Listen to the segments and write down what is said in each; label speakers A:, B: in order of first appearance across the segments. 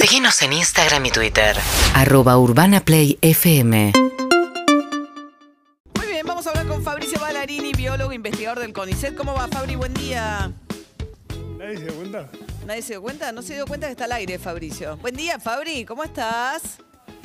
A: Seguinos en Instagram y Twitter.
B: @UrbanaPlayFM.
C: Muy bien, vamos a hablar con Fabricio Ballarini, biólogo, investigador del CONICET. ¿Cómo va, Fabri? Buen día.
D: ¿Nadie se dio cuenta?
C: ¿Nadie se dio cuenta? No se dio cuenta que está al aire, Fabricio. Buen día, Fabri. ¿Cómo estás?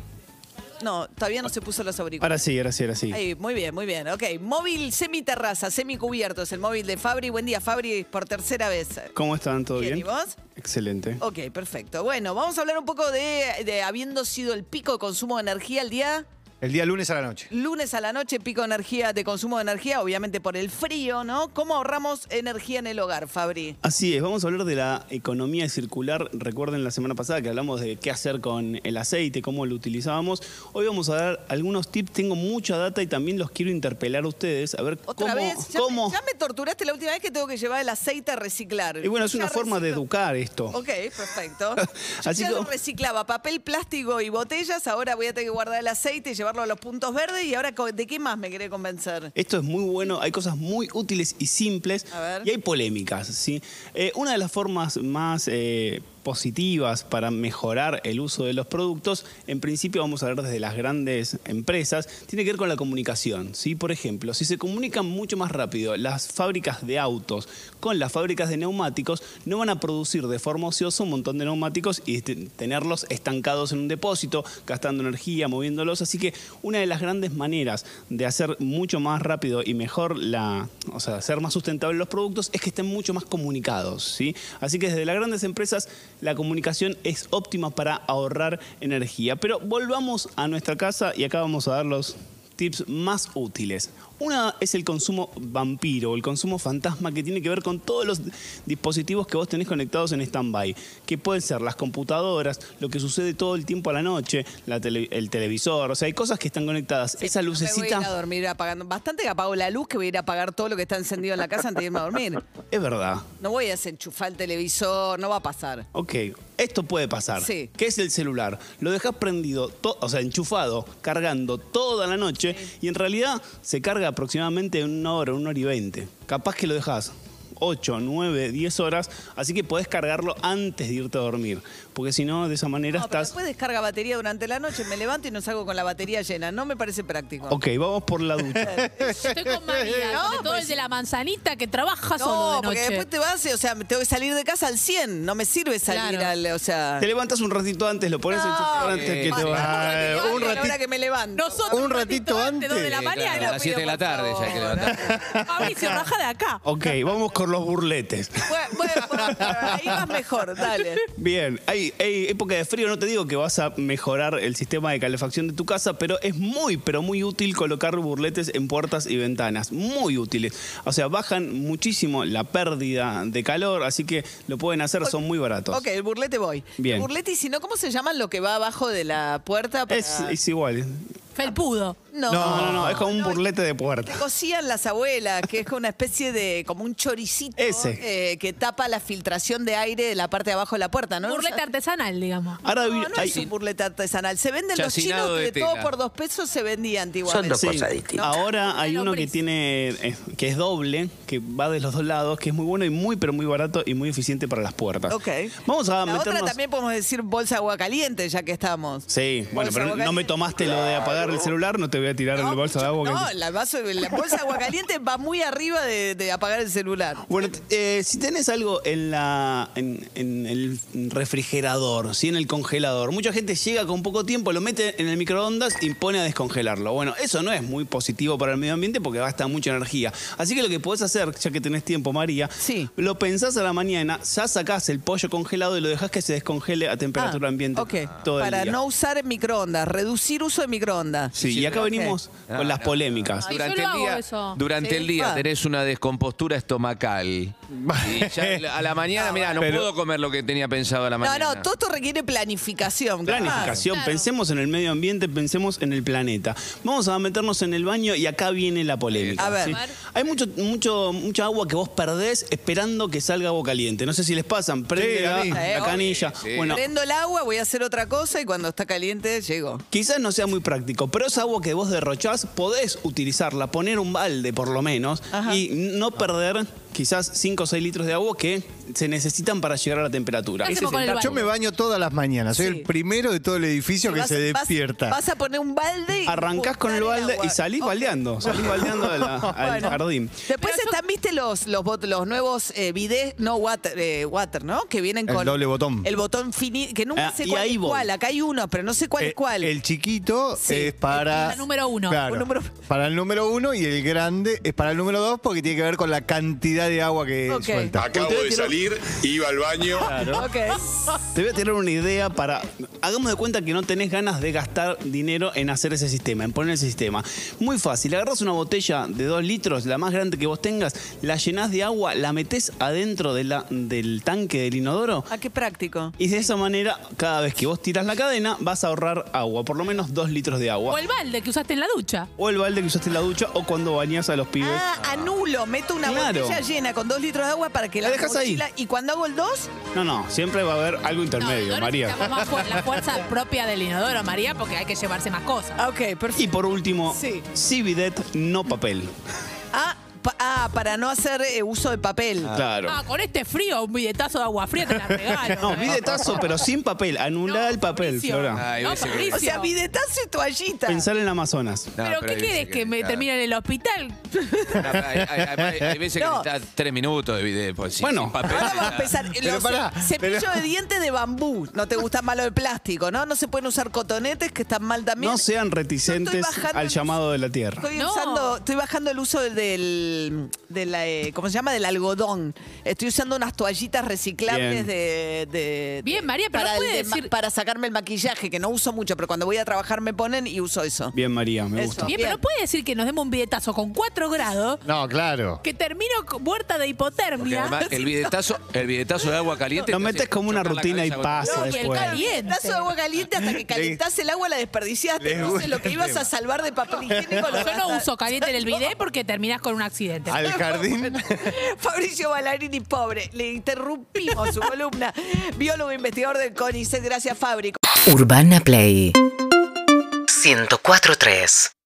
C: No, todavía no se puso los auriculares.
D: Ahora sí.
C: Ahí, muy bien, muy bien. Ok, móvil semiterraza, semicubierto es el móvil de Fabri. Buen día, Fabri, por tercera vez.
D: ¿Cómo están? ¿Todo bien?
C: ¿Y vos?
D: Excelente.
C: Ok, perfecto. Bueno, vamos a hablar un poco de habiendo sido el pico de consumo de energía el día...
E: El día lunes a la noche.
C: Lunes a la noche, pico de energía, de consumo de energía, obviamente por el frío, ¿no? ¿Cómo ahorramos energía en el hogar, Fabri?
D: Así es, vamos a hablar de la economía circular. Recuerden la semana pasada que hablamos de qué hacer con el aceite, cómo lo utilizábamos. Hoy vamos a dar algunos tips. Tengo mucha data y también los quiero interpelar a ustedes. A ver
C: ¿Otra vez?
D: cómo.
C: Ya me torturaste la última vez que tengo que llevar el aceite a reciclar.
D: Y bueno, es
C: Ya
D: una forma de educar esto.
C: Ok, perfecto.
D: Así
C: Ya
D: que-
C: lo reciclaba papel, plástico y botellas. Ahora voy a tener que guardar el aceite y llevarlo a los puntos verdes. ¿Y ahora de qué más me querés convencer?
D: Esto es muy bueno, hay cosas muy útiles y simples
C: A ver.
D: y hay polémicas, ¿sí? Una de las formas más positivas para mejorar el uso de los productos, en principio vamos a hablar desde las grandes empresas, tiene que ver con la comunicación, ¿sí? Por ejemplo, si se comunican mucho más rápido las fábricas de autos con las fábricas de neumáticos, no van a producir de forma ociosa un montón de neumáticos y tenerlos estancados en un depósito, gastando energía, moviéndolos, así que una de las grandes maneras de hacer mucho más rápido y mejor hacer más sustentables los productos es que estén mucho más comunicados, ¿sí? Así que desde las grandes empresas la comunicación es óptima para ahorrar energía. Pero volvamos a nuestra casa y acá vamos a dar los tips más útiles. Una es el consumo vampiro, el consumo fantasma, que tiene que ver con todos los dispositivos que vos tenés conectados en stand-by, que pueden ser las computadoras, lo que sucede todo el tiempo a la noche, el televisor, o sea, hay cosas que están conectadas.
C: Sí,
D: Esa
C: no me voy a ir a
D: lucecita
C: dormir apagando. Bastante que apago la luz que voy a ir a apagar todo lo que está encendido en la casa antes de irme a dormir.
D: es verdad.
C: No voy a desenchufar el televisor, no va a pasar.
D: Ok, esto puede pasar.
C: Sí.
D: ¿Qué es el celular? Lo dejas prendido, enchufado, cargando toda la noche y en realidad se carga aproximadamente en 1 hora, 1 hora y 20. Capaz que lo dejas 8, 9, 10 horas, así que podés cargarlo antes de irte a dormir, porque si no, de esa manera
C: No, pero
D: estás...
C: después descarga batería durante la noche, me levanto y no salgo con la batería llena. No me parece práctico.
D: Ok, vamos por la ducha.
F: Estoy con María,
C: No,
F: sobre todo
C: pues
F: el de la manzanita que trabaja solo
C: No,
F: de
C: porque
F: noche.
C: después te vas, o sea, tengo que salir de casa al 100. No me sirve salir
F: Claro.
C: o sea...
D: Te levantas un ratito antes, lo pones a enchufar antes que te
C: Vale,
D: vas.
C: un ratito. A la hora que me levanto.
F: Nosotros
E: Un ratito antes.
F: 2 de la mañana.
E: A las 7 de la tarde ya hay que levantar.
F: Mauricio, raja de acá.
D: Ok, vamos con los burletes.
C: Bueno, ahí vas mejor, dale.
D: Bien, hay época de frío, no te digo que vas a mejorar el sistema de calefacción de tu casa, pero es pero muy útil colocar burletes en puertas y ventanas, muy útiles. O sea, bajan muchísimo la pérdida de calor, así que lo pueden hacer, son muy baratos.
C: Ok, el burlete voy.
D: Bien.
C: El burlete, y si no, ¿cómo se llaman lo que va abajo de la puerta? Para...
D: Es igual.
F: Felpudo.
D: No, es como un burlete de puerta.
C: Que cocían las abuelas, que es una especie de, como un choricito que tapa la filtración de aire de la parte de abajo de la puerta, ¿no?
F: Burlete artesanal, digamos.
D: Ahora
C: No, no es un burlete artesanal. Se venden los chinos
E: Chacinado
C: que
E: de
C: de todo
E: tela.
C: por 2 pesos se vendía antiguamente.
A: Son dos cosas distintas.
D: Ahora hay
F: Bueno,
D: uno que
F: Pris.
D: tiene, que es doble, que va de los dos lados, que es muy bueno y pero muy barato y muy eficiente para las puertas.
C: Ok.
D: Vamos a
C: La otra
D: meternos...
C: también podemos decir bolsa de agua caliente, ya que estamos.
D: Sí, bueno,
C: Bolsa de
D: pero
C: agua
D: no me
C: caliente.
D: tomaste lo de apagar el celular, no te voy a tirar el bolsa de agua.
C: No, la bolsa de agua caliente va muy arriba de apagar el celular.
D: Bueno, si tenés algo en el refrigerador, ¿sí? En el congelador, mucha gente llega con poco tiempo, lo mete en el microondas y pone a descongelarlo. Bueno, eso no es muy positivo para el medio ambiente porque gasta mucha energía. Así que lo que podés hacer, ya que tenés tiempo, María,
C: Sí.
D: lo pensás a la mañana, ya sacás el pollo congelado y lo dejás que se descongele a temperatura ambiente
C: Ok.
D: todo el
C: Para
D: día.
C: no usar microondas, reducir uso de microondas.
D: Sí, y acá venimos con las polémicas.
F: Ay,
E: Durante
F: yo lo
E: el día,
F: hago eso.
E: durante
C: Sí.
E: el día
C: Ah.
E: tenés una descompostura estomacal. Y ya a la mañana, mira, no puedo comer lo que tenía pensado a la
C: No,
E: mañana.
C: no, todo esto requiere planificación.
D: Planificación,
F: Claro.
D: pensemos en el medio ambiente, pensemos en el planeta. Vamos a meternos en el baño y acá viene la polémica.
C: A ver.
D: ¿sí? Hay mucha agua que vos perdés esperando que salga agua caliente. No sé si les pasan, prende
E: Sí, a mí.
D: la canilla.
E: Sí.
D: Bueno,
C: Prendo el agua, voy a hacer otra cosa y cuando está caliente llego.
D: quizás no sea muy práctico, pero esa agua que vos derrochás, podés utilizarla, poner un balde por lo menos
C: Ajá.
D: y no perder quizás 5 o 6 litros de agua que se necesitan para llegar a la temperatura.
F: ¿Qué
D: Ese
F: hacemos
D: es
F: con
D: el
F: el
D: tacto.
B: Yo me baño todas las mañanas. Soy
C: Sí.
B: el primero de todo el edificio que se despierta.
C: Vas a poner un balde y
D: Arrancás con el balde
C: agua.
D: y salís
C: Ok.
D: baldeando. Salís baldeando al
C: Bueno.
D: jardín.
C: Después están, viste, los nuevos bidés, no water, ¿no? Que vienen
B: El
C: con
B: doble botón.
C: el botón finito, que nunca
D: Ah,
C: sé
D: y
C: cuál
D: ahí
C: es
D: voy.
C: cuál. Acá hay uno, pero no sé cuál es cuál.
B: El chiquito
C: Sí.
B: es para...
F: La número 1.
B: Claro,
C: Un número-
B: para el número 1 y el grande es para el número 2 porque tiene que ver con la cantidad de agua que
C: Ok.
B: suelta.
G: Acabo de salir, iba al baño.
C: Ok.
D: Te voy a tirar una idea para... Hagamos de cuenta que no tenés ganas de gastar dinero en hacer ese sistema, en poner ese sistema. Muy fácil. Agarrás una botella de 2 litros, la más grande que vos tengas, la llenás de agua, la metés adentro del tanque del inodoro
C: Ah, qué práctico.
D: y de esa manera, cada vez que vos tirás la cadena, vas a ahorrar agua, por lo menos 2 litros de agua.
F: O el balde que usaste en la ducha.
D: O el balde que usaste en la ducha o cuando bañás a los pibes.
C: Ah, anulo, meto una
D: Claro.
C: botella llena con 2 litros de agua para que
D: La
C: la
D: dejas ahí.
C: mochila- Y cuando hago el 2,
D: No, siempre va a haber algo intermedio,
F: No,
D: María.
F: necesitamos más la fuerza propia del inodoro, María, porque hay que llevarse más cosas.
C: ok, perfecto.
D: Y por último,
C: Sí.
D: sí bidet, no papel.
C: Para no hacer uso de papel.
D: Claro.
F: Ah, con este frío, un bidetazo de agua fría te la regalo.
D: No, bidetazo, pero sin papel. Anulá
F: No,
D: el papel,
F: Mauricio.
D: Flora.
E: Hay
F: No,
E: veces que-
F: Mauricio.
C: O sea, bidetazo y toallita.
D: Pensar en el Amazonas.
E: No,
F: ¿Pero qué
E: hay
F: quieres?
E: veces
F: ¿Que me
E: claro.
F: termine en el hospital?
E: No, pero hay veces
C: No.
E: que necesitas 3 minutos de video. Pues,
D: Bueno.
E: sin papel.
C: Ahora vamos a empezar. Los
B: pará,
C: cepillos
B: pero-
C: de dientes de bambú. No te gustan malo de plástico, ¿no? No se pueden usar cotonetes que están mal también.
D: No sean
C: Yo
D: reticentes
C: estoy bajando
D: al
C: el
D: llamado de la tierra.
C: Estoy estoy bajando el uso ¿cómo se llama? Del algodón. Estoy usando unas toallitas reciclables de
F: Bien, María, pero
C: para,
F: no puede
C: el de ma-
F: decir-
C: para sacarme el maquillaje, que no uso mucho, pero cuando voy a trabajar me ponen y uso eso.
D: Bien, María, me
C: Eso.
D: gusta.
F: Bien,
C: Bien.
F: pero puede decir que nos demos un bidetazo con 4 grados,
B: No, claro.
F: que termino muerta de
E: Porque
F: hipotermia.
E: además el bidetazo de agua caliente.
D: Lo
E: te
D: metes
E: hace
D: como una
E: chocar la
D: rutina y
E: cabeza
D: pasa
F: No, y el
D: después.
F: caliente.
C: Tazo de agua caliente hasta que calentás el agua la desperdiciaste.
B: Les
C: Entonces lo
B: gusta
C: que
B: el
C: ibas
B: tema.
C: a salvar de papel higiénico lo
F: Yo no
C: vas a-
F: uso caliente en el bidet porque terminás con un accidente.
B: Al jardín.
C: Fabricio Ballarini, pobre, le interrumpimos su columna. Biólogo investigador del CONICET, gracias Fabri.
A: Urbana Play 104.3